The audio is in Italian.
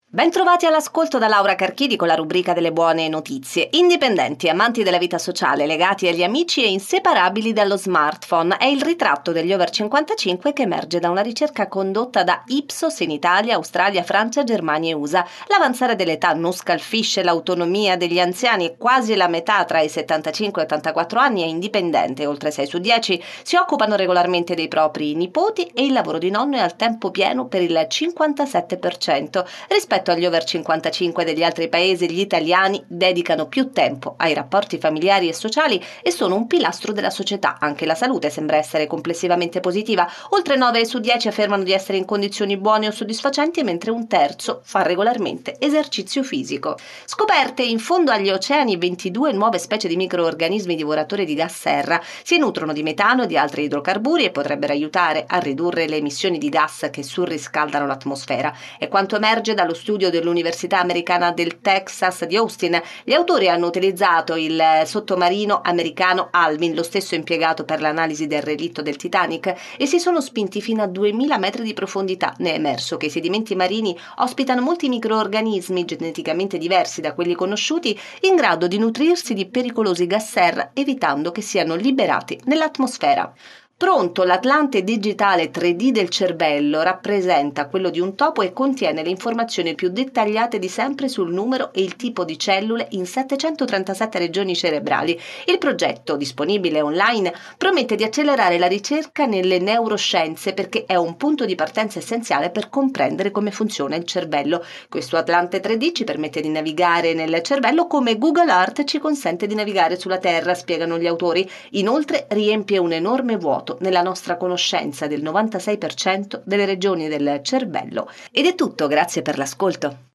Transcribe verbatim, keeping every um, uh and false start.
Bentrovati all'ascolto da Laura Carchidi con la rubrica delle buone notizie. Indipendenti, amanti della vita sociale, legati agli amici e inseparabili dallo smartphone è il ritratto degli over cinquantacinque che emerge da una ricerca condotta da Ipsos in Italia, Australia, Francia, Germania e U S A. L'avanzare dell'età non scalfisce l'autonomia degli anziani e quasi la metà tra i settantacinque e ottantaquattro anni è indipendente, oltre sei su dieci si occupano regolarmente dei propri nipoti e il lavoro di nonno è al tempo pieno per il cinquantasette per cento. Rispetto agli over cinquantacinque degli altri paesi, gli italiani dedicano più tempo ai rapporti familiari e sociali e sono un pilastro della società. Anche la salute sembra essere complessivamente positiva. Oltre nove su dieci affermano di essere in condizioni buone o soddisfacenti, mentre un terzo fa regolarmente esercizio fisico. Scoperte in fondo agli oceani ventidue nuove specie di microorganismi divoratori di gas serra. Si nutrono di metano e di altri idrocarburi e potrebbero aiutare a ridurre le emissioni di gas che surriscaldano l'atmosfera. È quanto emerge dallo studio dell'Università Americana del Texas di Austin. Gli autori hanno utilizzato il sottomarino americano Alvin, lo stesso impiegato per l'analisi del relitto del Titanic, e si sono spinti fino a duemila metri di profondità. Ne è emerso che i sedimenti marini ospitano molti microorganismi geneticamente diversi da quelli conosciuti, in grado di nutrirsi di pericolosi gas serra, evitando che siano liberati nell'atmosfera. Pronto, l'Atlante digitale tre D del cervello rappresenta quello di un topo e contiene le informazioni più dettagliate di sempre sul numero e il tipo di cellule in settecentotrentasette regioni cerebrali. Il progetto, disponibile online, promette di accelerare la ricerca nelle neuroscienze perché è un punto di partenza essenziale per comprendere come funziona il cervello. Questo Atlante tre D ci permette di navigare nel cervello come Google Earth ci consente di navigare sulla Terra, spiegano gli autori. Inoltre riempie un enorme vuoto nella nostra conoscenza del novantasei per cento delle regioni del cervello. Ed è tutto, grazie per l'ascolto.